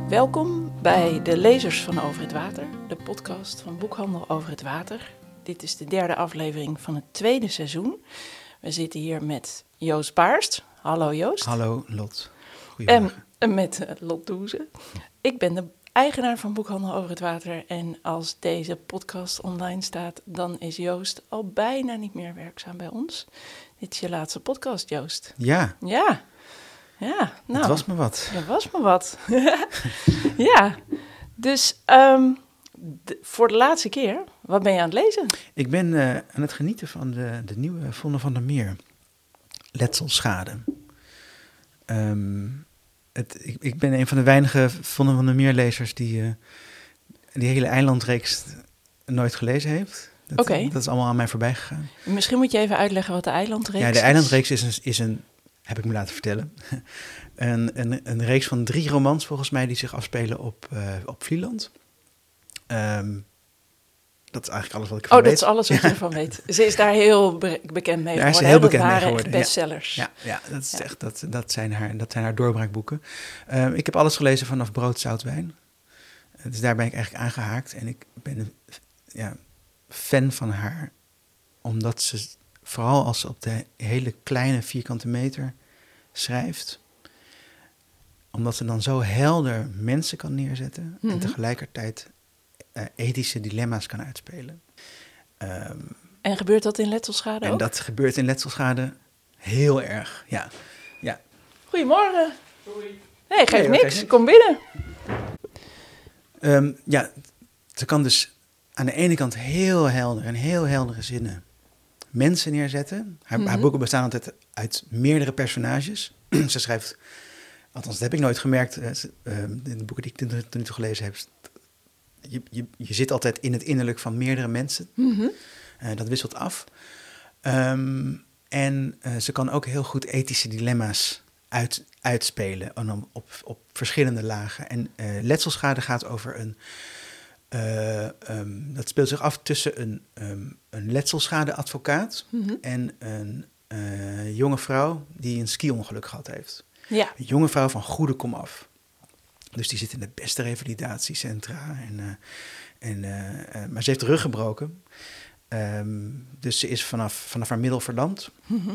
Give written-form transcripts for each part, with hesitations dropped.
Welkom bij de Lezers van Over het Water, de podcast van Boekhandel Over het Water. Dit is de derde aflevering van het tweede seizoen. We zitten hier met Joost Baarst. Hallo Joost. Hallo Lot. Goedemorgen. En met Lot Doeze. Ik ben de eigenaar van Boekhandel Over het Water. En als deze podcast online staat, dan is Joost al bijna niet meer werkzaam bij ons. Dit is je laatste podcast, Joost. Ja. Ja. Ja, nou. Het was me wat. Dat was me wat. Ja, dus voor de laatste keer, wat ben je aan het lezen? Ik ben aan het genieten van de nieuwe Vonne van der Meer. Letselschade. Ik ben een van de weinige Vonne van der Meer lezers die hele eilandreeks nooit gelezen heeft. Oké. Dat is allemaal aan mij voorbij gegaan. Misschien moet je even uitleggen wat de eilandreeks is. Ja, de eilandreeks is een heb ik me laten vertellen, een reeks van 3 romans volgens mij die zich afspelen op Vlieland. Dat is eigenlijk alles wat ik ervan weet. Dat is alles wat je ervan weet. Ze is daar heel bekend mee geworden. Daar is ze heel bekend mee geworden. Echt bestsellers. Ja, dat is echt, dat zijn haar doorbraakboeken. Ik heb alles gelezen vanaf Brood, Zout, Wijn. Dus daar ben ik eigenlijk aangehaakt. En ik ben een fan van haar, omdat ze, vooral als ze op de hele kleine vierkante meter schrijft, omdat ze dan zo helder mensen kan neerzetten en tegelijkertijd ethische dilemma's kan uitspelen. En gebeurt dat in Letselschade ook? En dat gebeurt in Letselschade heel erg, ja. Goedemorgen. Hoi. Nee, geeft niks. Kom binnen. Ze kan dus aan de ene kant heel helder en heel heldere zinnen mensen neerzetten. Haar boeken bestaan altijd uit meerdere personages. Ze schrijft, althans dat heb ik nooit gemerkt, in de boeken die ik tot nu toe gelezen heb, je zit altijd in het innerlijk van meerdere mensen. Dat wisselt af. En ze kan ook heel goed ethische dilemma's uitspelen op verschillende lagen. En Letselschade gaat over dat speelt zich af tussen een letselschade-advocaat en een jonge vrouw die een ski-ongeluk gehad heeft. Ja. Een jonge vrouw van goede komaf. Dus die zit in de beste revalidatiecentra. Maar ze heeft de rug gebroken. Dus ze is vanaf haar middel verlamd.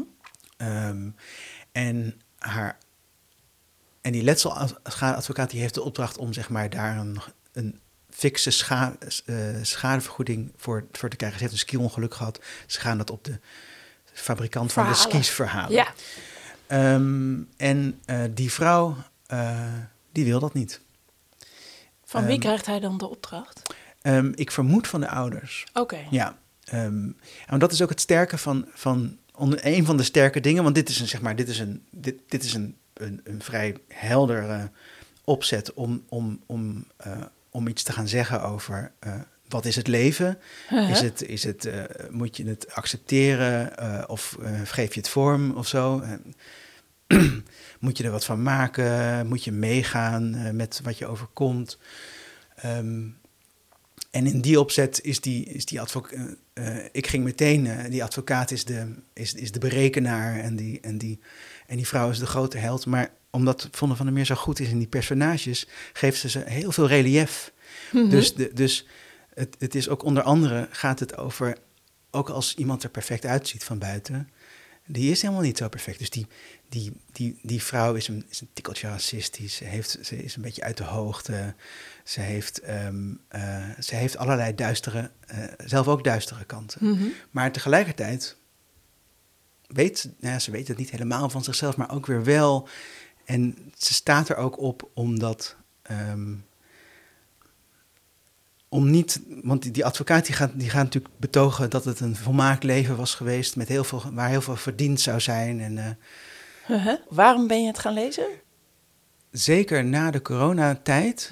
En die letselschade-advocaat die heeft de opdracht om zeg maar daar een fikse schadevergoeding voor te krijgen. Ze heeft een ski-ongeluk gehad. Ze gaan dat op de fabrikant van de skis verhalen. Ja. Die vrouw, die wil dat niet. Van wie krijgt hij dan de opdracht? Ik vermoed van de ouders. Oké. Ja. En dat is ook het sterke van een van de sterke dingen. Want dit is een vrij heldere opzet om iets te gaan zeggen over wat is het leven? Moet je het accepteren of geef je het vorm of zo? Moet je er wat van maken? Moet je meegaan met wat je overkomt? En in die opzet is die advocaat. Ik ging meteen. Die advocaat is de berekenaar en die vrouw is de grote held. Maar omdat Vonne van der Meer zo goed is in die personages, geeft ze heel veel relief. Dus het is ook onder andere gaat het over, ook als iemand er perfect uitziet van buiten, die is helemaal niet zo perfect. Dus die vrouw is een tikkeltje racistisch. Ze is een beetje uit de hoogte. Ze heeft allerlei zelf ook duistere kanten. Maar tegelijkertijd ze weet het niet helemaal van zichzelf, maar ook weer wel. En ze staat er ook op omdat want die advocaat die gaat natuurlijk betogen dat het een volmaakt leven was geweest met waar heel veel verdiend zou zijn. En, Waarom ben je het gaan lezen? Zeker na de coronatijd,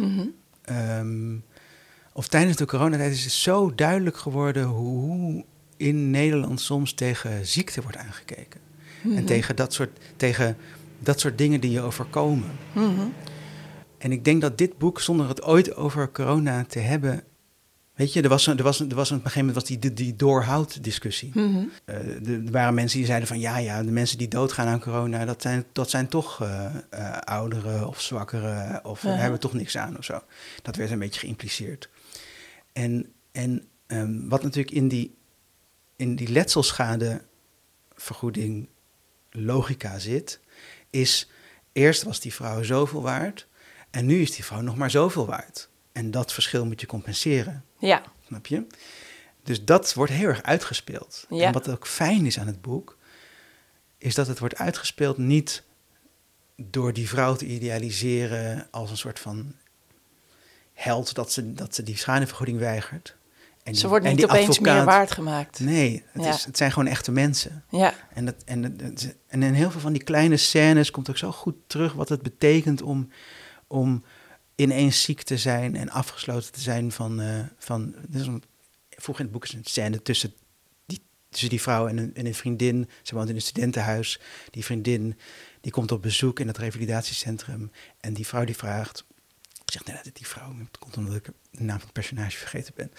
of tijdens de coronatijd, is het zo duidelijk geworden hoe in Nederland soms tegen ziekte wordt aangekeken. En tegen dat soort dingen die je overkomen. En ik denk dat dit boek, zonder het ooit over corona te hebben, Weet je, er was op een gegeven moment was die doorhoud-discussie. Mhm. Er waren mensen die zeiden van ja, de mensen die doodgaan aan corona, dat zijn toch ouderen of zwakkeren of daar hebben we toch niks aan of zo. Dat werd een beetje geïmpliceerd. En wat natuurlijk in die letselschadevergoeding logica zit, is eerst was die vrouw zoveel waard en nu is die vrouw nog maar zoveel waard. En dat verschil moet je compenseren. Ja. Snap je? Dus dat wordt heel erg uitgespeeld. Ja. En wat ook fijn is aan het boek, is dat het wordt uitgespeeld niet door die vrouw te idealiseren als een soort van held dat ze die schadevergoeding weigert. Ze wordt niet opeens meer waard gemaakt. Nee, het zijn gewoon echte mensen. Ja. En in heel veel van die kleine scènes komt ook zo goed terug wat het betekent om ineens ziek te zijn en afgesloten te zijn van vroeg in het boek is een scène tussen die vrouw en een vriendin. Ze woont in een studentenhuis. Die vriendin die komt op bezoek in het revalidatiecentrum. En die vrouw die vraagt... Ik zeg net dat die vrouw... Het komt omdat ik de naam van het personage vergeten ben.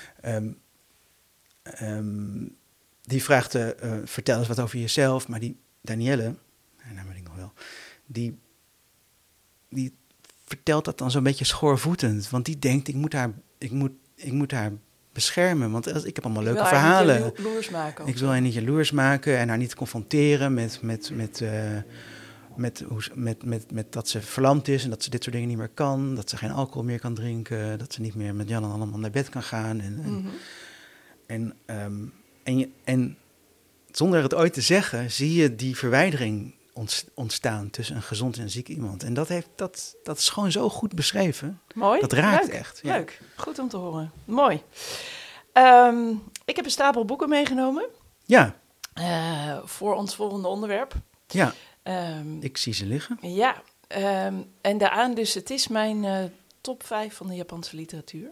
Die vraagt... vertel eens wat over jezelf. Maar die Danielle... Nou weet ik nog wel. Die vertelt dat dan zo'n beetje schoorvoetend. Want die denkt, ik moet haar beschermen. Want ik heb allemaal leuke verhalen. Ik wil haar niet jaloers maken en haar niet confronteren met dat ze verlamd is en dat ze dit soort dingen niet meer kan. Dat ze geen alcohol meer kan drinken. Dat ze niet meer met Jan en allemaal naar bed kan gaan. En zonder het ooit te zeggen, zie je die verwijdering ontstaan tussen een gezond en ziek iemand. En dat is gewoon zo goed beschreven. Mooi. Dat raakt leuk, echt. Ja. Leuk, goed om te horen. Mooi. Ik heb een stapel boeken meegenomen. Ja. Voor ons volgende onderwerp. Ja, ik zie ze liggen. Ja, en daaraan dus, het is mijn top 5 van de Japanse literatuur.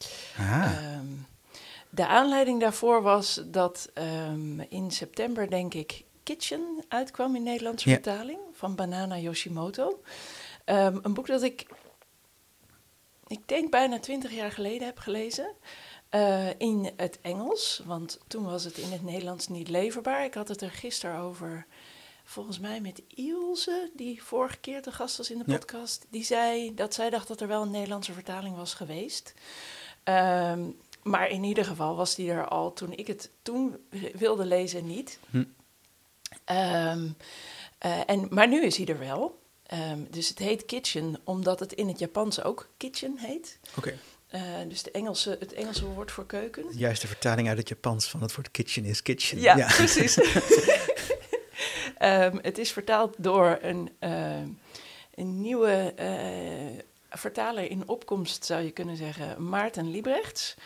De aanleiding daarvoor was dat in september, denk ik, Kitchen uitkwam in Nederlandse vertaling van Banana Yoshimoto. Een boek dat ik denk bijna 20 jaar geleden heb gelezen. In het Engels, want toen was het in het Nederlands niet leverbaar. Ik had het er gisteren over, volgens mij met Ilse, die vorige keer te gast was in de podcast. Die zei dat zij dacht dat er wel een Nederlandse vertaling was geweest. Maar in ieder geval was die er al toen ik het toen wilde lezen niet. Maar nu is hij er wel. Dus het heet Kitchen, omdat het in het Japans ook kitchen heet. Oké. Dus het Engelse woord voor keuken. De juiste vertaling uit het Japans van het woord kitchen is kitchen. Ja. Precies. Het is vertaald door een nieuwe vertaler in opkomst, zou je kunnen zeggen, Maarten Liebrechts.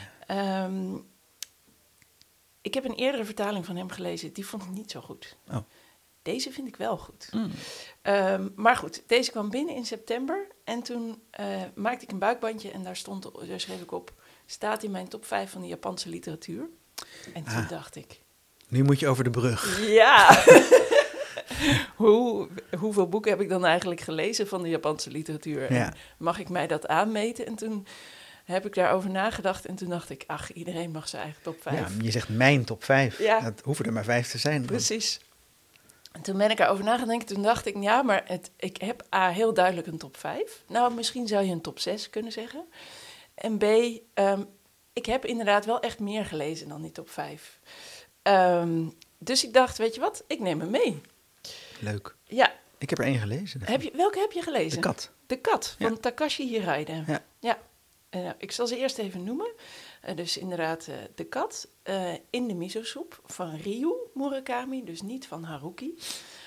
Ik heb een eerdere vertaling van hem gelezen, die vond ik niet zo goed. Oh. Deze vind ik wel goed. Maar goed, deze kwam binnen in september. En toen maakte ik een buikbandje en daar schreef ik op, staat in mijn top 5 van de Japanse literatuur. En toen dacht ik... Nu moet je over de brug. Ja! Hoeveel boeken heb ik dan eigenlijk gelezen van de Japanse literatuur? Ja. En mag ik mij dat aanmeten? En toen heb ik daarover nagedacht en toen dacht ik, iedereen mag zijn eigen top 5. Ja, je zegt mijn top 5. Ja. Dat hoeven er maar 5 te zijn. Precies. En toen ben ik erover nagedacht. Toen dacht ik, ja, maar ik heb heel duidelijk een top 5. Nou, misschien zou je een top 6 kunnen zeggen. En B, ik heb inderdaad wel echt meer gelezen dan die top 5. Dus ik dacht, weet je wat, ik neem hem mee. Leuk. Ja. Ik heb er 1 gelezen. Welke heb je gelezen? De Kat. De Kat, van Takashi Hiraide. Ja. Ik zal ze eerst even noemen. Dus inderdaad De Kat in de miso-soep van Ryu Murakami, dus niet van Haruki.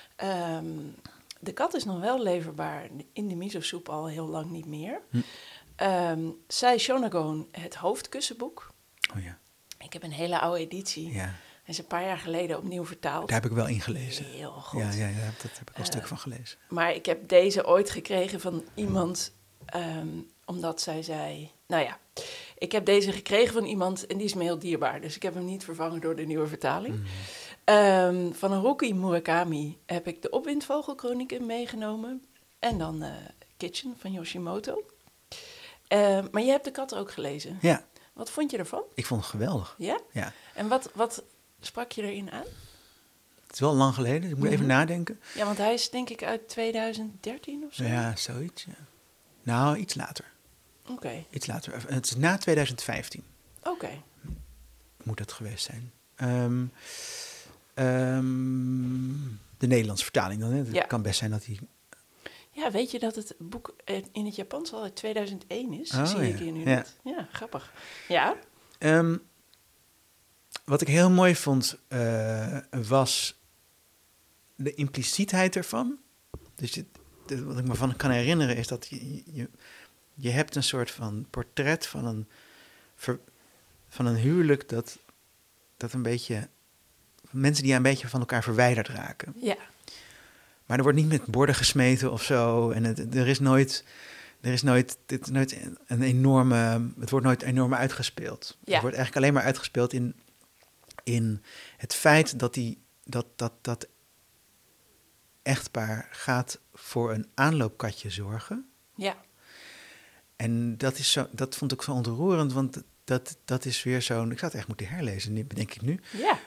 De Kat is nog wel leverbaar, in de miso-soep al heel lang niet meer. Sai Shonagon, het hoofdkussenboek. Oh ja. Ik heb een hele oude editie. Ja. Hij is een paar jaar geleden opnieuw vertaald. Daar heb ik wel in gelezen. Heel goed. Ja, dat heb ik wel een stuk van gelezen. Maar ik heb deze ooit gekregen van iemand, omdat zij zei... Nou ja, ik heb deze gekregen van iemand en die is me heel dierbaar. Dus ik heb hem niet vervangen door de nieuwe vertaling. Van Haruki Murakami heb ik de Opwindvogelkronieken meegenomen. En dan Kitchen van Yoshimoto. Maar je hebt De Kat ook gelezen. Ja. Wat vond je ervan? Ik vond het geweldig. Ja? Ja. En wat sprak je erin aan? Het is wel lang geleden, dus ik moet even nadenken. Ja, want hij is denk ik uit 2013 of zo. Ja, zoiets. Ja. Nou, iets later. Oké. Iets later. Het is na 2015. Oké. Moet dat geweest zijn. De Nederlandse vertaling dan. Hè? Het kan best zijn dat hij... Ja, weet je dat het boek in het Japans al uit 2001 is? Oh, zie ik hier nu net. Ja, grappig. Ja? Wat ik heel mooi vond, was de implicietheid ervan. Dus wat ik me van kan herinneren is dat je hebt een soort van portret van een huwelijk dat een beetje... mensen die een beetje van elkaar verwijderd raken. Ja. Maar er wordt niet met borden gesmeten of zo. En het wordt nooit enorm uitgespeeld. Ja. Het wordt eigenlijk alleen maar uitgespeeld in het feit dat echtpaar gaat voor een aanloopkatje zorgen. Ja. En dat vond ik zo ontroerend, want dat is weer zo'n... Ik zou het echt moeten herlezen, denk ik nu. Ja.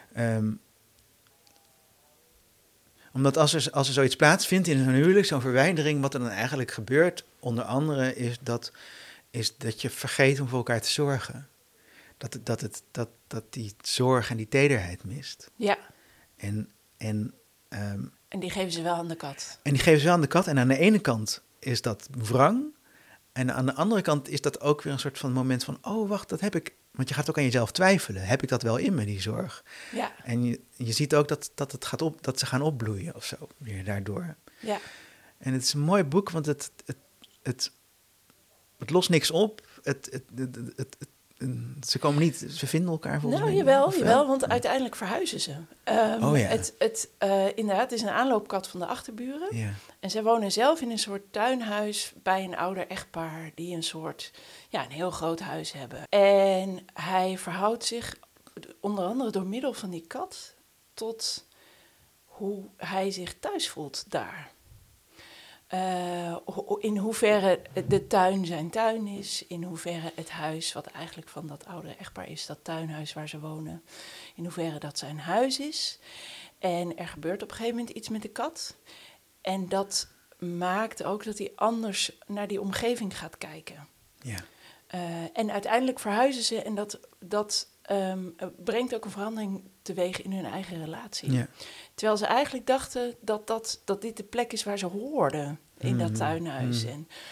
Omdat als er zoiets plaatsvindt in een huwelijk, zo'n verwijdering, wat er dan eigenlijk gebeurt, onder andere, is dat je vergeet om voor elkaar te zorgen. Dat die zorg en die tederheid mist. Ja. En die geven ze wel aan de kat. En die geven ze wel aan de kat. En aan de ene kant is dat wrang. En aan de andere kant is dat ook weer een soort van moment van... oh, wacht, dat heb ik... Want je gaat ook aan jezelf twijfelen. Heb ik dat wel in me, die zorg? Ja. En je ziet ook dat ze gaan opbloeien of zo, weer daardoor. Ja. En het is een mooi boek, want het lost niks op. Ze vinden elkaar volgens mij. Jawel, want uiteindelijk verhuizen ze. Inderdaad, het is een aanloopkat van de achterburen. Ja. En zij wonen zelf in een soort tuinhuis bij een ouder echtpaar die een heel groot huis hebben. En hij verhoudt zich onder andere door middel van die kat tot hoe hij zich thuis voelt daar. In hoeverre de tuin zijn tuin is, in hoeverre het huis, wat eigenlijk van dat oude echtpaar is, dat tuinhuis waar ze wonen, in hoeverre dat zijn huis is. En er gebeurt op een gegeven moment iets met de kat. En dat maakt ook dat hij anders naar die omgeving gaat kijken. Ja. En uiteindelijk verhuizen ze en dat brengt ook een verandering teweeg in hun eigen relatie. Ja. Terwijl ze eigenlijk dachten dat dit de plek is waar ze hoorden in dat tuinhuis.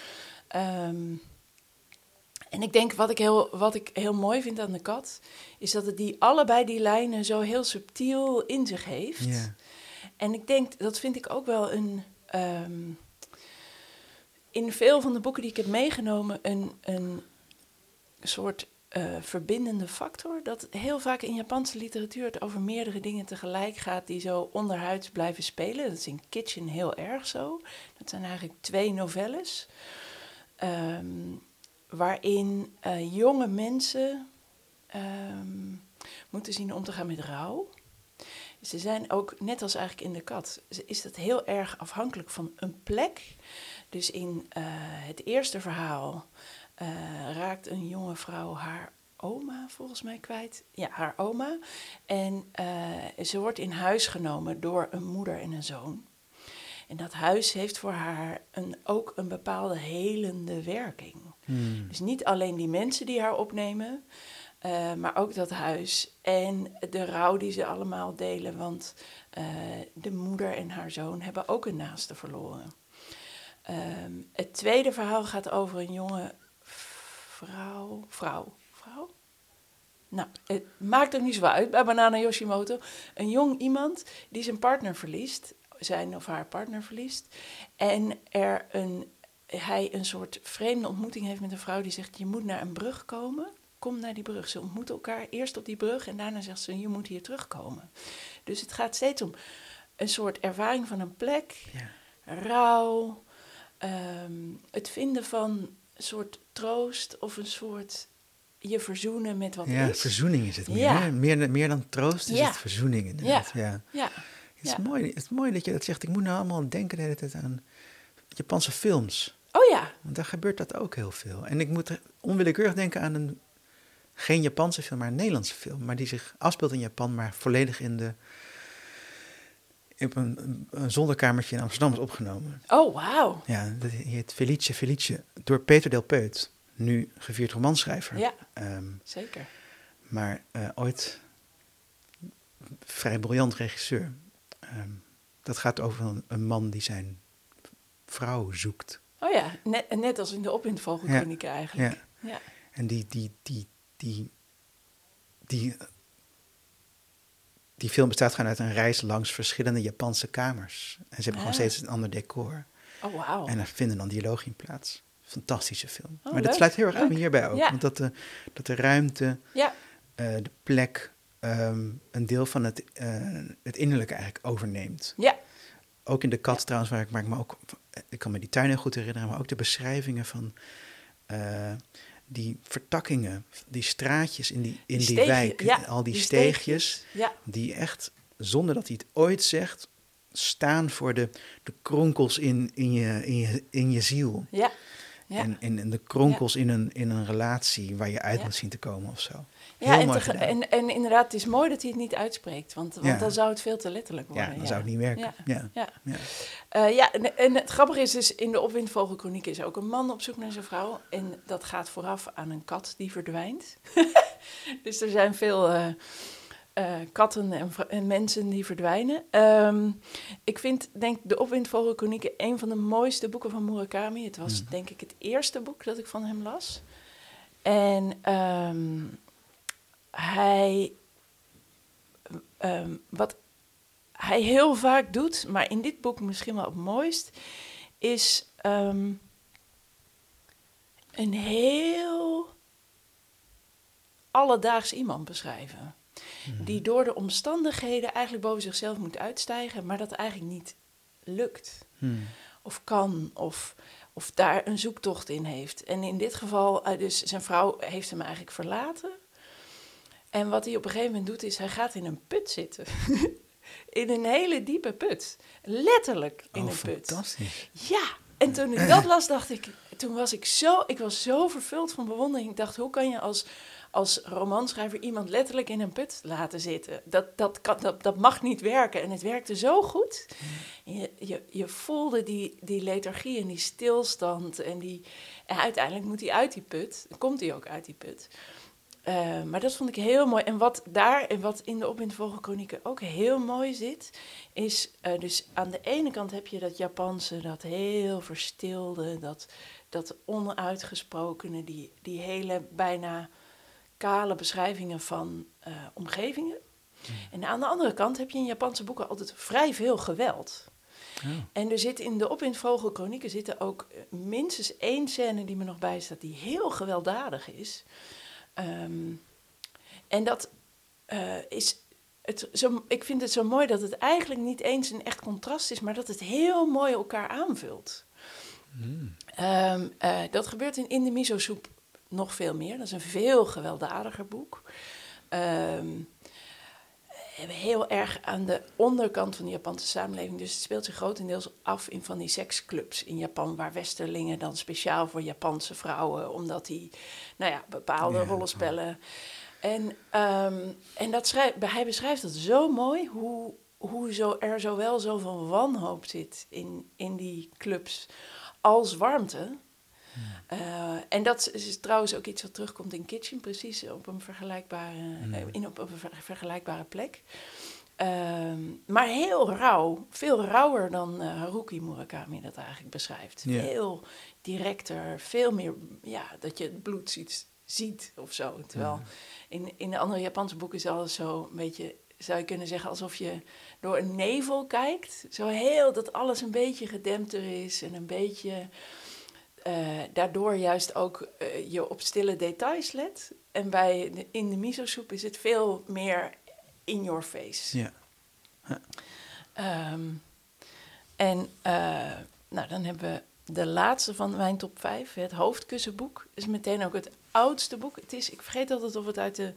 En ik denk wat ik heel mooi vind aan de kat, is dat het allebei die lijnen zo heel subtiel in zich heeft. Ja. En ik denk, dat vind ik ook wel in veel van de boeken die ik heb meegenomen, een soort verbindende factor. Dat heel vaak in Japanse literatuur het over meerdere dingen tegelijk gaat die zo onderhuids blijven spelen. Dat is in Kitchen heel erg zo. Dat zijn eigenlijk 2 novelles. Waarin jonge mensen moeten zien om te gaan met rouw. Ze zijn ook, net als eigenlijk in de kat, is dat heel erg afhankelijk van een plek. Dus in het eerste verhaal raakt een jonge vrouw haar oma volgens mij kwijt. Ja, haar oma. En ze wordt in huis genomen door een moeder en een zoon. En dat huis heeft voor haar ook een bepaalde helende werking. Dus niet alleen die mensen die haar opnemen, maar ook dat huis en de rouw die ze allemaal delen. Want de moeder en haar zoon hebben ook een naaste verloren. Het tweede verhaal gaat over een jonge vrouw? Nou, het maakt ook niet zo uit bij Banana Yoshimoto. Een jong iemand die zijn partner verliest, zijn of haar partner verliest. En hij een soort vreemde ontmoeting heeft met een vrouw die zegt, je moet naar een brug komen. Kom naar die brug. Ze ontmoeten elkaar eerst op die brug en daarna zegt ze, je moet hier terugkomen. Dus het gaat steeds om een soort ervaring van een plek, rouw, het vinden van een soort troost of een soort je verzoenen met wat is. Ja, verzoening is het meer. Meer dan troost is het verzoening inderdaad. Ja. Het is mooi dat je dat zegt. Ik moet nou allemaal denken de hele tijd aan Japanse films. Oh ja. Want daar gebeurt dat ook heel veel. En ik moet onwillekeurig denken aan een geen Japanse film, maar een Nederlandse film. Maar die zich afspeelt in Japan, maar volledig in een zolderkamertje in Amsterdam is opgenomen. Oh, wauw. Ja, dat heet Felice, door Peter Del Peut. Nu gevierd romanschrijver. Ja, zeker. Maar ooit vrij briljant regisseur. Dat gaat over een man die zijn vrouw zoekt. Oh ja, net als in de Opwindvogelkronieken eigenlijk. Ja. Ja. En die film bestaat gewoon uit een reis langs verschillende Japanse kamers. En ze hebben gewoon steeds een ander decor. Oh, wauw. En er vinden dan dialogen in plaats. Fantastische film. Maar leuk, dat sluit heel erg aan hierbij ook. Ja. Want dat de ruimte, Ja, de plek, een deel van het innerlijke eigenlijk overneemt. ja, Ook in de kat trouwens, waar ik me ook... Ik kan me die tuin heel goed herinneren, maar ook de beschrijvingen van die vertakkingen, die straatjes in die wijk, ja, al die die steegjes, ja. die echt, zonder dat hij het ooit zegt, staan voor de kronkels in je ziel. Ja. Ja. En de kronkels in een relatie waar je uit moet zien te komen of zo. Ja, Heel mooi gedaan. en inderdaad, het is mooi dat hij het niet uitspreekt, want dan zou het veel te letterlijk worden. Ja, dan zou het niet werken. En het grappige is dus, in de Opwindvogelkronieken is ook een man op zoek naar zijn vrouw. En dat gaat vooraf aan een kat die verdwijnt. Dus er zijn veel katten en mensen die verdwijnen. Ik denk de Opwindvogelkronieken een van de mooiste boeken van Murakami. Het was denk ik het eerste boek dat ik van hem las. En wat hij heel vaak doet, maar in dit boek misschien wel het mooist, is een heel alledaags iemand beschrijven. Die door de omstandigheden eigenlijk boven zichzelf moet uitstijgen, maar dat eigenlijk niet lukt. Of kan, of daar een zoektocht in heeft. En in dit geval, dus zijn vrouw heeft hem eigenlijk verlaten. En wat hij op een gegeven moment doet, is hij gaat in een put zitten. In een hele diepe put. Letterlijk in een put. Fantastisch. Ja, en toen ik dat las, dacht ik... Ik was zo vervuld van bewondering. Ik dacht, hoe kan je als romanschrijver iemand letterlijk in een put laten zitten? Dat mag niet werken. En het werkte zo goed. Je voelde die lethargie en die stilstand. En uiteindelijk moet hij uit die put. Komt hij ook uit die put. Maar dat vond ik heel mooi. En wat in de Opwindvogelkronieken ook heel mooi zit, is dus aan de ene kant heb je dat Japanse, dat heel verstilde, dat onuitgesprokene, die hele bijna kale beschrijvingen van omgevingen. En aan de andere kant heb je in Japanse boeken altijd vrij veel geweld. Oh. En er zit in de Opwindvogelkronieken zitten ook minstens 1 scène die me nog bijstaat, die heel gewelddadig is. En dat is... ik vind het zo mooi dat het eigenlijk niet eens een echt contrast is, maar dat het heel mooi elkaar aanvult. Dat gebeurt in de miso-soep nog veel meer. Dat is een veel gewelddadiger boek. Heel erg aan de onderkant van de Japanse samenleving. Dus het speelt zich grotendeels af in van die seksclubs in Japan, waar westerlingen dan speciaal voor Japanse vrouwen, omdat die bepaalde rollen spelen. En hij beschrijft dat zo mooi, hoe er zowel zoveel wanhoop zit in die clubs als warmte. En dat is trouwens ook iets wat terugkomt in Kitchen, precies op een vergelijkbare plek. Maar heel rauw, veel rauwer dan Haruki Murakami dat eigenlijk beschrijft. Yeah. Veel directer, veel meer dat je het bloed ziet of zo. Terwijl in de andere Japanse boeken is alles zo een beetje, zou je kunnen zeggen, alsof je door een nevel kijkt. Zo heel dat alles een beetje gedempter is en een beetje... daardoor juist ook je op stille details let. En in de miso-soep is het veel meer in your face. Ja. Dan hebben we de laatste van mijn top 5. Het Hoofdkussenboek. Is meteen ook het oudste boek. Ik vergeet altijd of het uit de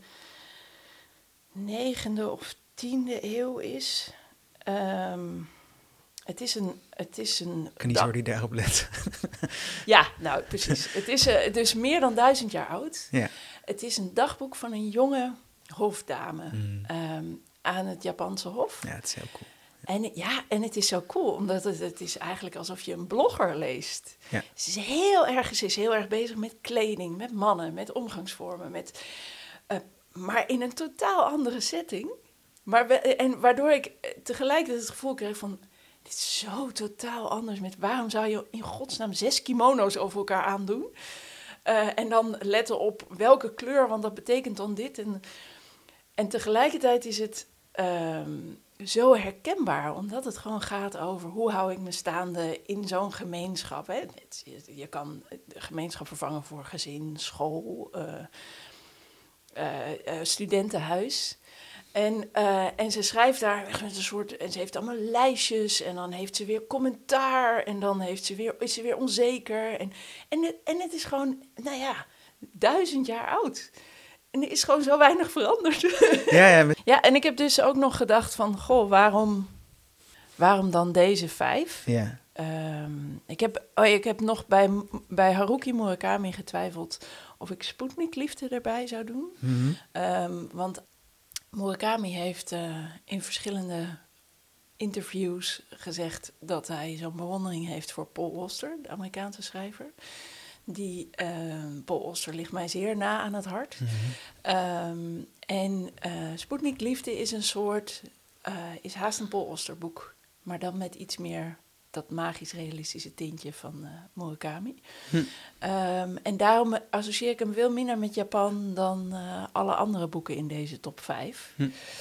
9e of 10e eeuw is. Het is een Kniezoor die daarop let. Ja, nou precies. Het is dus meer dan 1000 jaar oud. Ja. Het is een dagboek van een jonge hofdame aan het Japanse hof. Ja, het is heel cool. En het is zo cool, omdat het is eigenlijk alsof je een blogger leest. Ja. Ze is heel erg bezig met kleding, met mannen, met omgangsvormen, maar in een totaal andere setting. Waardoor ik tegelijkertijd het gevoel kreeg van, dit is zo totaal anders. Waarom zou je in godsnaam 6 kimono's over elkaar aandoen? En dan letten op welke kleur, want dat betekent dan dit. En tegelijkertijd is het zo herkenbaar, omdat het gewoon gaat over hoe hou ik me staande in zo'n gemeenschap. Hè? Je kan de gemeenschap vervangen voor gezin, school, studentenhuis. En ze schrijft daar met een soort, en ze heeft allemaal lijstjes en dan heeft ze weer commentaar en dan is ze weer onzeker. En het is gewoon, 1000 jaar oud. En er is gewoon zo weinig veranderd. Ja, en ik heb dus ook nog gedacht van, goh, waarom dan deze 5? Ja. Ik heb nog bij Haruki Murakami getwijfeld of ik Sputnik-liefde erbij zou doen. Mm-hmm. Want Murakami heeft in verschillende interviews gezegd dat hij zo'n bewondering heeft voor Paul Auster, de Amerikaanse schrijver. Paul Auster ligt mij zeer na aan het hart. Mm-hmm. Sputnik Liefde is is haast een Paul Auster boek, maar dan met iets meer dat magisch-realistische tintje van Murakami. En daarom associeer ik hem veel minder met Japan dan alle andere boeken in deze top 5.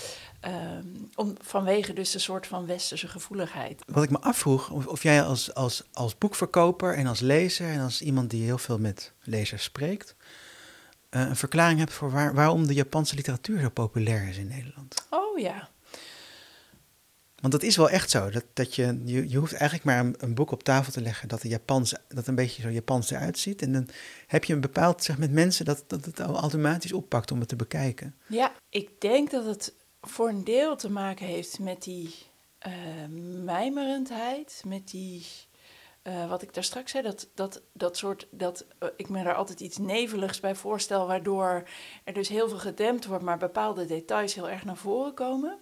Vanwege dus de soort van westerse gevoeligheid. Wat ik me afvroeg, of jij als boekverkoper en als lezer en als iemand die heel veel met lezers spreekt, een verklaring hebt voor waarom de Japanse literatuur zo populair is in Nederland. Oh ja. Want dat is wel echt zo. Dat je hoeft eigenlijk maar een boek op tafel te leggen dat een beetje zo Japans eruit ziet. En dan heb je een bepaald segment mensen dat het automatisch oppakt om het te bekijken. Ja, ik denk dat het voor een deel te maken heeft met die mijmerendheid, met die, wat ik daar straks zei, ik me daar altijd iets neveligs bij voorstel, waardoor er dus heel veel gedempt wordt, maar bepaalde details heel erg naar voren komen.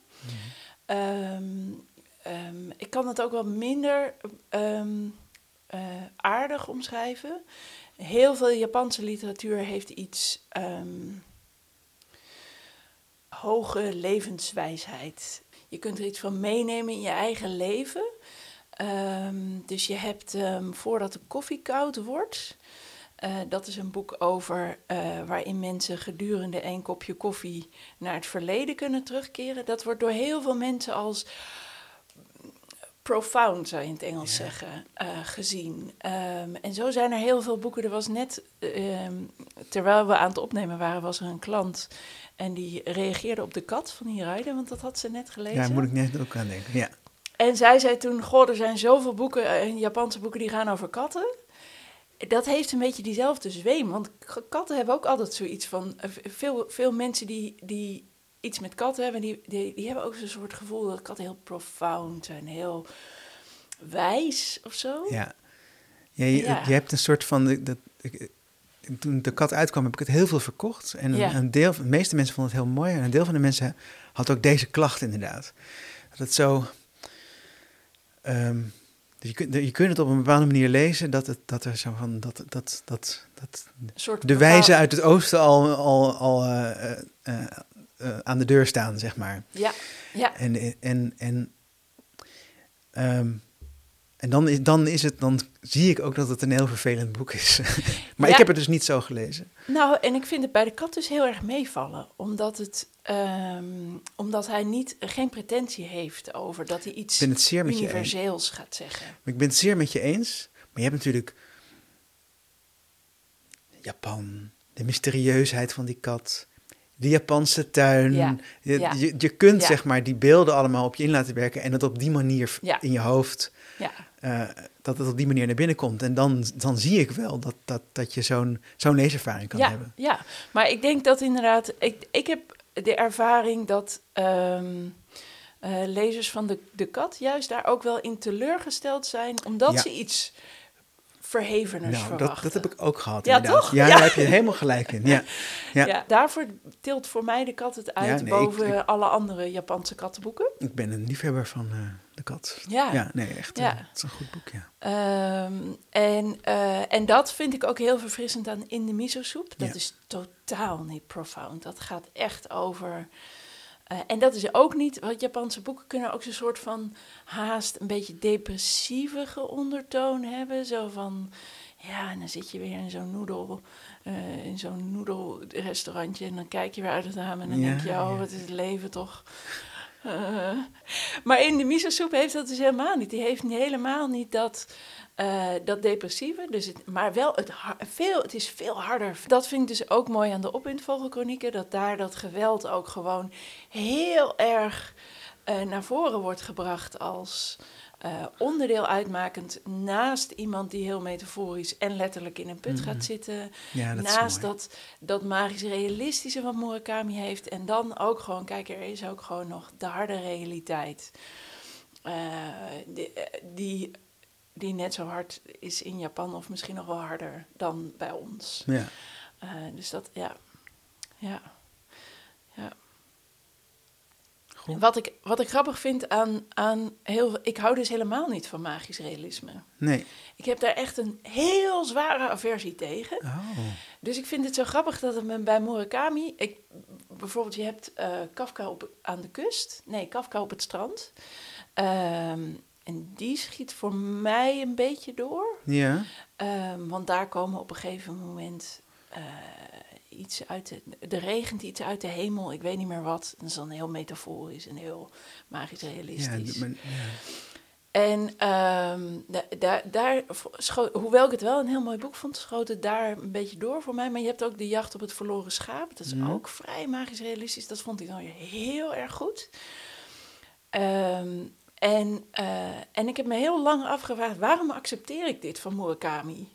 Ik kan het ook wel minder aardig omschrijven. Heel veel Japanse literatuur heeft iets hoge levenswijsheid. Je kunt er iets van meenemen in je eigen leven. Dus je hebt Voordat de koffie koud wordt. Dat is een boek over waarin mensen gedurende 1 kopje koffie naar het verleden kunnen terugkeren. Dat wordt door heel veel mensen als profound, zou je in het Engels zeggen, gezien. En zo zijn er heel veel boeken. Er was net, terwijl we aan het opnemen waren, was er een klant en die reageerde op De Kat van Hiraide, want dat had ze net gelezen. Ja, daar moet ik net ook aan denken, ja. En zij zei toen, er zijn zoveel boeken, Japanse boeken, die gaan over katten. Dat heeft een beetje diezelfde zweem, want katten hebben ook altijd zoiets van, veel mensen die iets met katten hebben, die hebben ook zo'n soort gevoel dat katten heel profound zijn, heel wijs of zo. Ja, je hebt een soort van, toen De Kat uitkwam heb ik het heel veel verkocht. En de meeste mensen vonden het heel mooi en een deel van de mensen had ook deze klacht inderdaad. Dat het zo, je kunt het op een bepaalde manier lezen dat er zo van, dat de wijzen uit het oosten al aan de deur staan, zeg maar. Ja. En dan zie ik ook dat het een heel vervelend boek is. Maar ik heb het dus niet zo gelezen. Nou, en ik vind het bij De Kat dus heel erg meevallen. Omdat hij geen pretentie heeft over dat hij iets universeels gaat zeggen. Maar ik ben het zeer met je eens. Maar je hebt natuurlijk Japan, de mysterieusheid van die kat, de Japanse tuin. Ja. Je kunt zeg maar die beelden allemaal op je in laten werken en het op die manier in je hoofd, dat het op die manier naar binnen komt. En dan zie ik wel dat je zo'n leeservaring kan hebben. Ja, maar ik denk dat inderdaad, ik heb de ervaring lezers van de kat juist daar ook wel in teleurgesteld zijn, omdat ze iets verheveners verwachten. Dat heb ik ook gehad, ja, inderdaad. Toch? Ja, daar heb je helemaal gelijk in. Ja. Daarvoor tilt voor mij de kat het uit boven alle andere Japanse kattenboeken. Ik ben een liefhebber van de kat. Echt. Het is een goed boek, ja. En dat vind ik ook heel verfrissend aan In de Miso-soep. Dat is totaal niet profound. Dat gaat echt over... en dat is ook niet... Want Japanse boeken kunnen ook zo'n soort van haast een beetje depressievige ondertoon hebben. Zo van... Ja, en dan zit je weer in zo'n noedelrestaurantje en dan kijk je weer uit het raam en dan denk je, wat is het leven toch? Maar In de Miso-soep heeft dat dus helemaal niet. Die heeft helemaal niet dat depressieve, maar wel het is veel harder. Dat vind ik dus ook mooi aan de Opwindvogelkronieken, dat daar dat geweld ook gewoon heel erg naar voren wordt gebracht als onderdeel uitmakend naast iemand die heel metaforisch en letterlijk in een put gaat zitten. Ja, naast dat magisch realistische wat Murakami heeft. En dan ook gewoon, kijk, er is ook gewoon nog de harde realiteit. Die net zo hard is in Japan of misschien nog wel harder dan bij ons. Ja. Dus dat, ja. Wat ik grappig vind aan ik hou dus helemaal niet van magisch realisme. Nee. Ik heb daar echt een heel zware aversie tegen. Oh. Dus ik vind het zo grappig dat het me bij Murakami... bijvoorbeeld, je hebt Kafka aan de kust. Nee, Kafka op het strand. En die schiet voor mij een beetje door. Ja. Want daar komen op een gegeven moment... iets er regent iets uit de hemel, ik weet niet meer wat. Dat is dan heel metaforisch en heel magisch realistisch. En hoewel ik het wel een heel mooi boek vond, schoot het daar een beetje door voor mij. Maar je hebt ook De Jacht op het Verloren Schaap. Dat is ook vrij magisch realistisch. Dat vond ik dan weer heel erg goed. En ik heb me heel lang afgevraagd, waarom accepteer ik dit van Murakami?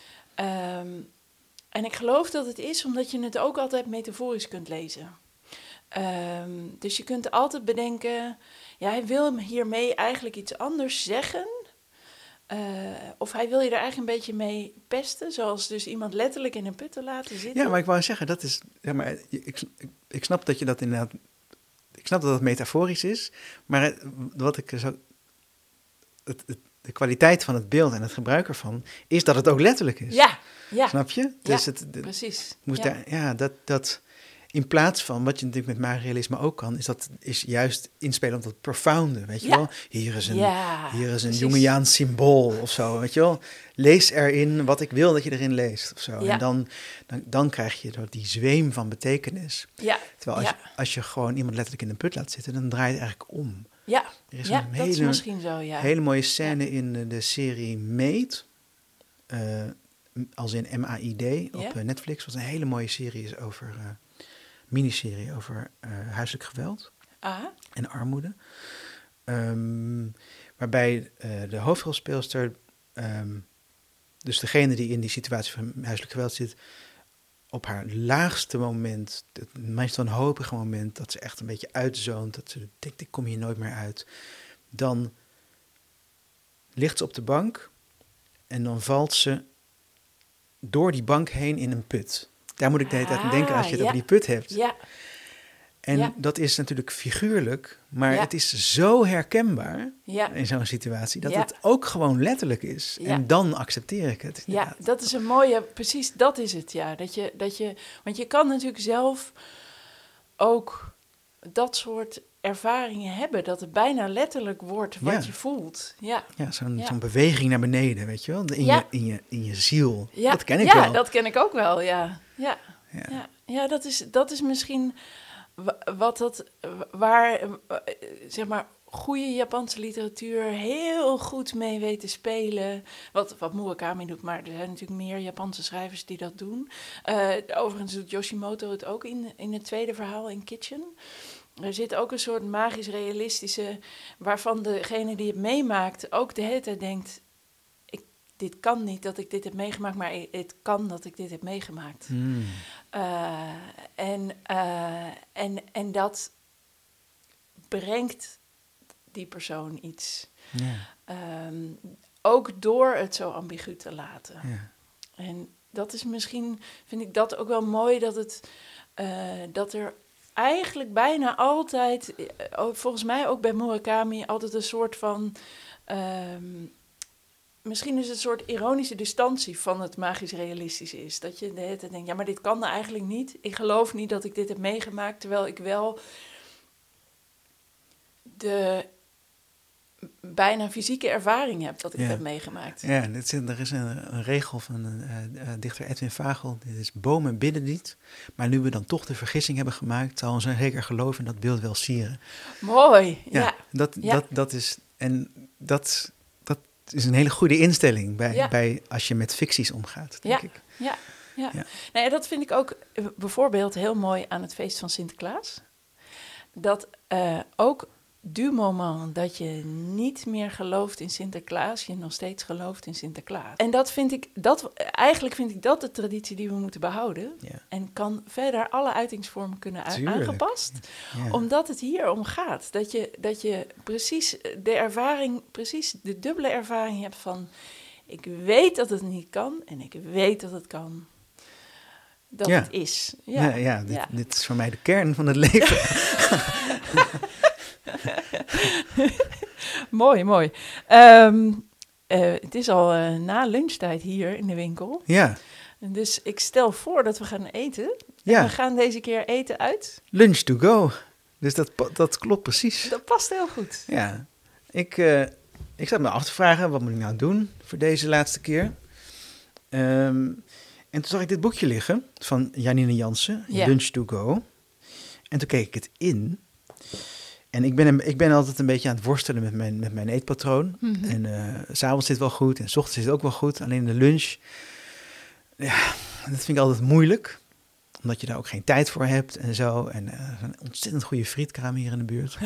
En ik geloof dat het is omdat je het ook altijd metaforisch kunt lezen. Dus je kunt altijd bedenken... Ja, hij wil hiermee eigenlijk iets anders zeggen. Of hij wil je er eigenlijk een beetje mee pesten. Zoals dus iemand letterlijk in een put te laten zitten. Ja, maar ik wou zeggen, dat is... Ja, maar ik snap dat je dat inderdaad... Ik snap dat het metaforisch is. Maar wat ik zo... De kwaliteit van het beeld en het gebruik ervan... is dat het ook letterlijk is. Ja. Snap je? Dus precies. Dat in plaats van wat je natuurlijk met magisch-realisme ook kan, is juist inspelen op dat profounde, weet je wel? Hier is een Jungiaans symbool of zo, weet je wel? Lees erin wat ik wil dat je erin leest of zo. Ja. En dan krijg je die zweem van betekenis. Ja. Terwijl als je gewoon iemand letterlijk in een put laat zitten, dan draait het eigenlijk om. Ja, er is dat is misschien zo, ja. Hele mooie scène in de serie Maid, als in MAID op Netflix, wat een hele mooie serie is over... miniserie over huiselijk geweld en armoede. Waarbij de hoofdrolspeelster, dus degene die in die situatie van huiselijk geweld zit, op haar laagste moment, het meest wanhopige moment, dat ze echt een beetje uitzoont, dat ze denkt, ik kom hier nooit meer uit. Dan ligt ze op de bank en dan valt ze door die bank heen in een put. Daar moet ik de hele tijd aan denken als je het over die put hebt. Ja. En dat is natuurlijk figuurlijk, maar het is zo herkenbaar in zo'n situatie... dat het ook gewoon letterlijk is. Ja. En dan accepteer ik het. Ja, dat is een mooie... Precies, dat is het, ja. Want je kan natuurlijk zelf ook dat soort ervaringen hebben... dat het bijna letterlijk wordt wat je voelt. Ja, zo'n beweging naar beneden, weet je wel? In je ziel. Ja. Dat ken ik wel. Ja, dat ken ik ook wel, Ja, dat is misschien waar zeg maar goede Japanse literatuur heel goed mee weet te spelen. Wat Murakami doet, maar er zijn natuurlijk meer Japanse schrijvers die dat doen. Overigens doet Yoshimoto het ook in het tweede verhaal in Kitchen. Er zit ook een soort magisch-realistische, waarvan degene die het meemaakt ook de hele tijd denkt... Dit kan niet dat ik dit heb meegemaakt, maar het kan dat ik dit heb meegemaakt. En dat brengt die persoon iets. Ja. Ook door het zo ambigu te laten. Ja. En dat is misschien, vind ik dat ook wel mooi, dat er eigenlijk bijna altijd, volgens mij ook bij Murakami, altijd een soort van, misschien is het een soort ironische distantie van het magisch-realistisch is. Dat je de hele tijd denkt, ja, maar dit kan er eigenlijk niet. Ik geloof niet dat ik dit heb meegemaakt, terwijl ik wel de bijna fysieke ervaring heb dat ik het heb meegemaakt. Ja, er is een regel van dichter Edwin Vagel. Dit is: bomen bidden niet, maar nu we dan toch de vergissing hebben gemaakt, zal ons een zeker geloof in dat beeld wel sieren. Mooi, Dat is, en dat is een hele goede instelling bij als je met ficties omgaat, denk ik. Ja. Nou, dat vind ik ook bijvoorbeeld heel mooi aan het feest van Sinterklaas. Dat ook du moment dat je niet meer gelooft in Sinterklaas, je nog steeds gelooft in Sinterklaas. En eigenlijk vind ik dat de traditie die we moeten behouden. Ja. En kan verder alle uitingsvormen kunnen aangepast. Ja. Omdat het hier om gaat. Dat je precies de dubbele ervaring hebt van, ik weet dat het niet kan en ik weet dat het kan. Dat het is. Dit is voor mij de kern van het leven. Mooi. Het is al na lunchtijd hier in de winkel. Ja. Dus ik stel voor dat we gaan eten. En we gaan deze keer eten uit Lunch to go. Dus dat klopt precies. Dat past heel goed. Ja. Ik zat me af te vragen, wat moet ik nou doen voor deze laatste keer? En toen zag ik dit boekje liggen van Janine Jansen, Lunch to go. En toen keek ik het in. En ik ben altijd een beetje aan het worstelen met mijn eetpatroon. Mm-hmm. En 's avonds zit het wel goed en 's ochtends zit het ook wel goed. Alleen de lunch, dat vind ik altijd moeilijk. Omdat je daar ook geen tijd voor hebt en zo. En een ontzettend goede frietkraam hier in de buurt.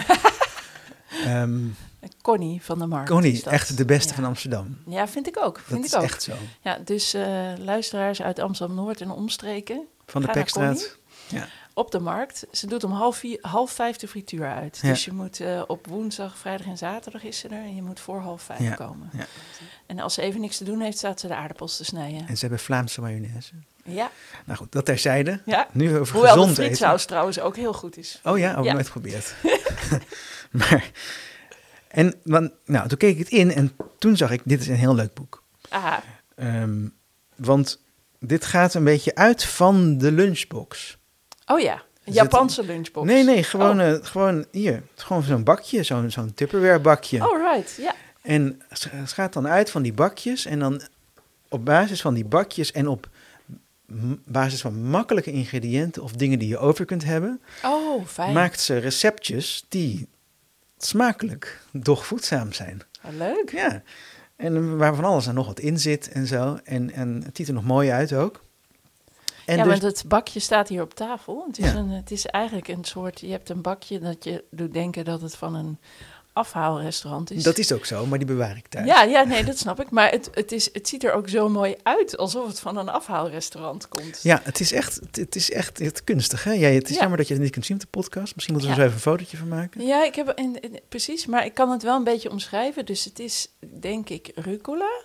Connie van de Markt. Connie, echt de beste van Amsterdam. Ja, vind ik ook. Dat is echt zo. Ja, dus luisteraars uit Amsterdam-Noord en omstreken. Van de Pekstraat. Ja. Op de Markt. Ze doet om 4:30 de frituur uit. Ja. Dus je moet op woensdag, vrijdag en zaterdag is ze er. En je moet voor 4:30 komen. Ja. En als ze even niks te doen heeft, staat ze de aardappels te snijden. En ze hebben Vlaamse mayonaise. Ja. Nou goed, dat terzijde. Ja. Nu over Hoewel gezond de frietsaus trouwens ook heel goed is. Oh ja, nooit geprobeerd. Maar, toen keek ik het in en toen zag ik, dit is een heel leuk boek. Aha. Want dit gaat een beetje uit van de lunchbox. Oh ja, een Japanse lunchbox. Nee, gewoon hier. Gewoon zo'n bakje, zo'n Tupperware bakje. Oh, right, ja. En het gaat dan uit van die bakjes en dan op basis van die bakjes en op basis van makkelijke ingrediënten of dingen die je over kunt hebben, maakt ze receptjes die smakelijk, doch voedzaam zijn. Oh, leuk. Ja, en waar van alles en nog wat in zit en zo. En het ziet er nog mooi uit ook. En ja, want het bakje staat hier op tafel. Het is eigenlijk een soort, je hebt een bakje dat je doet denken dat het van een afhaalrestaurant is. Dat is ook zo, maar die bewaar ik thuis. Ja, nee, dat snap ik. Maar het ziet er ook zo mooi uit, alsof het van een afhaalrestaurant komt. Ja, het is echt kunstig, hè? Het is jammer dat je het niet kunt zien op de podcast. Misschien moeten we er zo even een fotootje van maken. Ja, ik heb precies, maar ik kan het wel een beetje omschrijven. Dus het is, denk ik, rucola.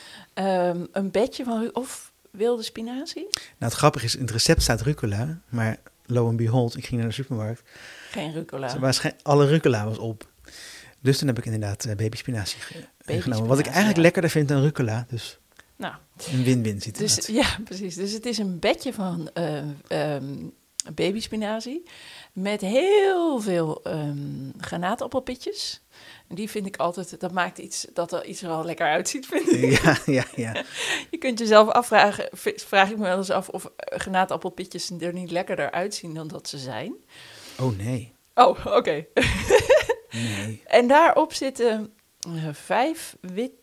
Een bedje van of wilde spinazie. Nou, het grappige is, in het recept staat rucola, maar lo and behold, ik ging naar de supermarkt. Geen rucola. Alle rucola was op. Dus toen heb ik inderdaad babyspinazie genomen. Wat ik eigenlijk lekkerder vind dan rucola. Dus een win-win situatie. Dus, ja, precies. Dus het is een bedje van babyspinazie met heel veel granaatappelpitjes. Die vind ik altijd, dat maakt iets dat er iets er al lekker uitziet, vind ik. Ja. Je kunt jezelf afvragen, vraag ik me wel eens af of granaatappelpitjes er niet lekkerder uitzien dan dat ze zijn. Oh nee. Oh, oké. Nee. En daarop zitten 5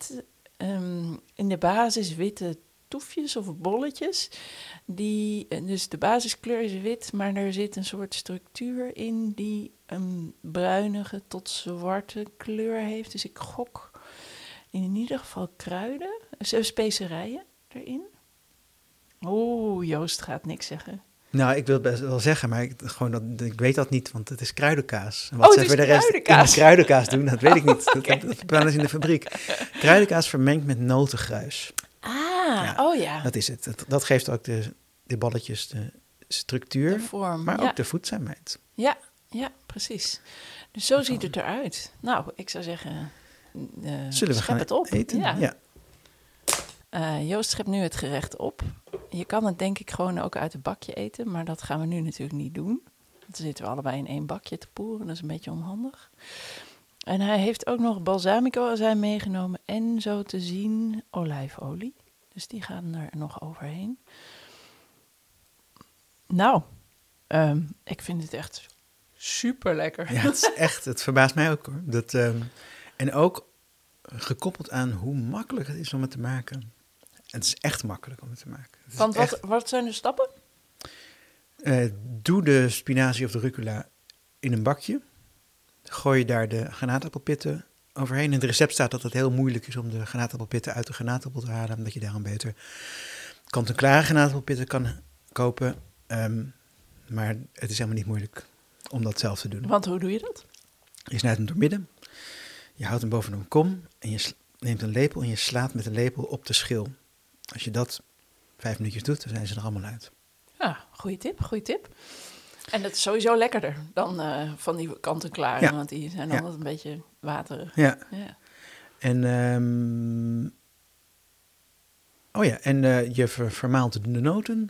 in de basis witte toefjes of bolletjes. Dus de basiskleur is wit, maar er zit een soort structuur in die een bruinige tot zwarte kleur heeft. Dus ik gok in ieder geval kruiden, specerijen erin. Oeh, Joost gaat niks zeggen. Nou, ik wil het best wel zeggen, maar ik weet dat niet, want het is kruidenkaas. En Het ze is voor de rest kruidenkaas. in kruidenkaas doen, dat weet ik niet. Okay. Dat bepalen ze in de fabriek. Kruidenkaas vermengd met notengruis. Ja. Dat is het. Dat geeft ook de balletjes de structuur, De vorm, maar ook de voedzaamheid. Ja, precies. Dus zo ziet het eruit. Nou, ik zou zeggen, zullen we gaan het op. eten? Ja. Joost schept nu het gerecht op. Je kan het denk ik gewoon ook uit het bakje eten, maar dat gaan we nu natuurlijk niet doen. Dan zitten we allebei in één bakje te poeren, dat is een beetje onhandig. En hij heeft ook nog balsamico-azijn meegenomen en zo te zien olijfolie. Dus die gaan er nog overheen. Nou, ik vind het echt super lekker. Ja, het is echt, het verbaast mij ook hoor. En ook gekoppeld aan hoe makkelijk het is om het te maken. Het is echt makkelijk om het te maken. Want wat zijn de stappen? Doe de spinazie of de rucola in een bakje. Gooi je daar de granaatappelpitten overheen. In het recept staat dat het heel moeilijk is om de granaatappelpitten uit de granaatappel te halen. Omdat je daarom beter kant-en-klare granaatappelpitten kan kopen. Maar het is helemaal niet moeilijk om dat zelf te doen. Want hoe doe je dat? Je snijdt hem door midden. Je houdt hem boven een kom. En je neemt een lepel en je slaat met een lepel op de schil. Als je dat 5 minuutjes doet, dan zijn ze er allemaal uit. Ja, goede tip. En dat is sowieso lekkerder dan van die kant-en-klare, Ja. want die zijn altijd een beetje waterig. Ja. En, je vermaalt de noten.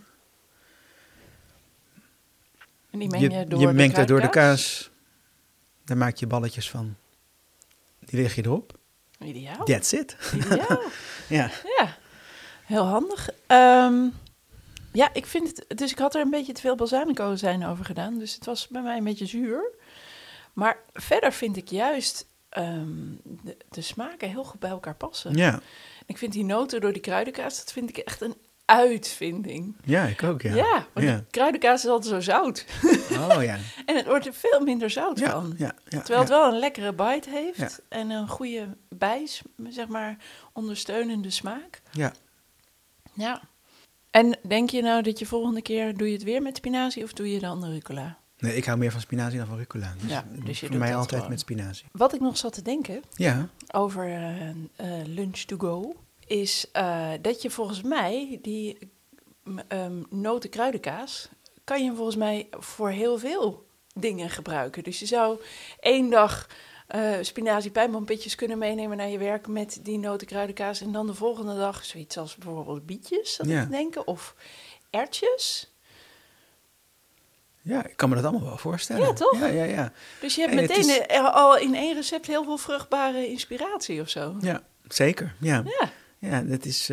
En die meng Je mengt er door de kaas. Daar maak je balletjes van. Die leg je erop. Ideaal. That's it. Ideaal. Ja. Heel handig. Ik vind het... Dus ik had er een beetje te veel balsamico-azijn over gedaan. Dus het was bij mij een beetje zuur. Maar verder vind ik juist de smaken heel goed bij elkaar passen. Ja. Ik vind die noten door die kruidenkaas, dat vind ik echt een uitvinding. Ja, ik ook, ja. Ja, want die kruidenkaas is altijd zo zout. Oh ja. En het wordt er veel minder zout van. Ja, Terwijl het wel een lekkere bite heeft. Ja. En een goede zeg maar, ondersteunende smaak. Ja. En denk je nou dat je volgende keer, doe je het weer met spinazie of doe je dan de rucola? Nee, ik hou meer van spinazie dan van rucola. Dus je voor mij dat altijd gewoon met spinazie. Wat ik nog zat te denken over lunch to go, is dat je volgens mij die noten kruidenkaas, kan je volgens mij voor heel veel dingen gebruiken. Dus je zou 1 dag spinazie pijnboompitjes kunnen meenemen naar je werk met die noten kruidenkaas en dan de volgende dag zoiets als bijvoorbeeld bietjes, zat ik te denken, of erwtjes. Ja, ik kan me dat allemaal wel voorstellen. Ja, toch? Ja. Dus je hebt meteen al in 1 recept heel veel vruchtbare inspiratie of zo. Ja, zeker. Ja, dat is...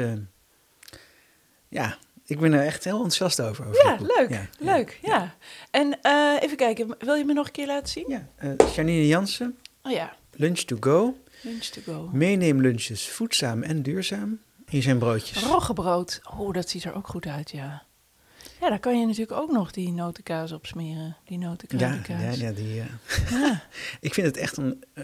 ik ben er echt heel enthousiast over. Leuk. En even kijken, wil je me nog een keer laten zien? Ja, Janine Jansen. Oh ja. Lunch to go. Lunch to go. Meeneemlunches, voedzaam en duurzaam. Hier zijn broodjes. Roggebrood. Oh, dat ziet er ook goed uit, ja. Ja, daar kan je natuurlijk ook nog die notenkaas op smeren. Die notenkruidenkaas. Ja. Ik vind het echt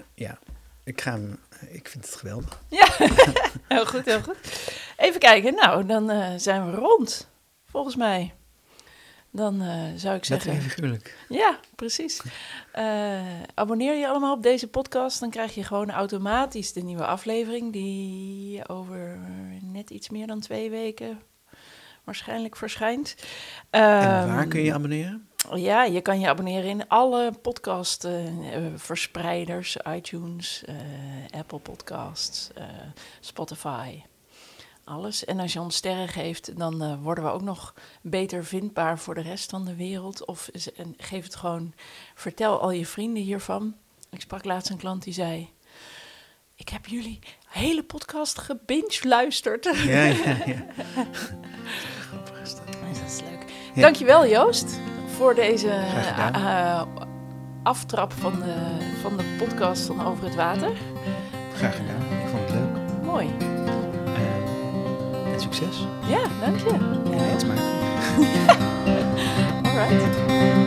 ik vind het geweldig. Ja, heel goed. Even kijken, nou, dan zijn we rond, volgens mij. Dan zou ik zeggen... Letterlijk figuurlijk. Ja, precies. Abonneer je allemaal op deze podcast, dan krijg je gewoon automatisch de nieuwe aflevering, die over net iets meer dan 2 weken waarschijnlijk verschijnt. En waar kun je je abonneren? Ja, je kan je abonneren in alle podcast-verspreiders, iTunes, Apple Podcasts, Spotify, alles. En als je ons sterren geeft, dan worden we ook nog beter vindbaar voor de rest van de wereld. Of geef het gewoon, vertel al je vrienden hiervan. Ik sprak laatst een klant die zei, ik heb jullie hele podcast gebinge-luisterd. Ja. Grappig is dat. Dat is leuk. Ja. Dankjewel Joost voor deze aftrap van de podcast van Over het Water. Graag gedaan. Ik vond het leuk. Mooi. En succes. Ja, dank je. Ja, het smaakt. All right.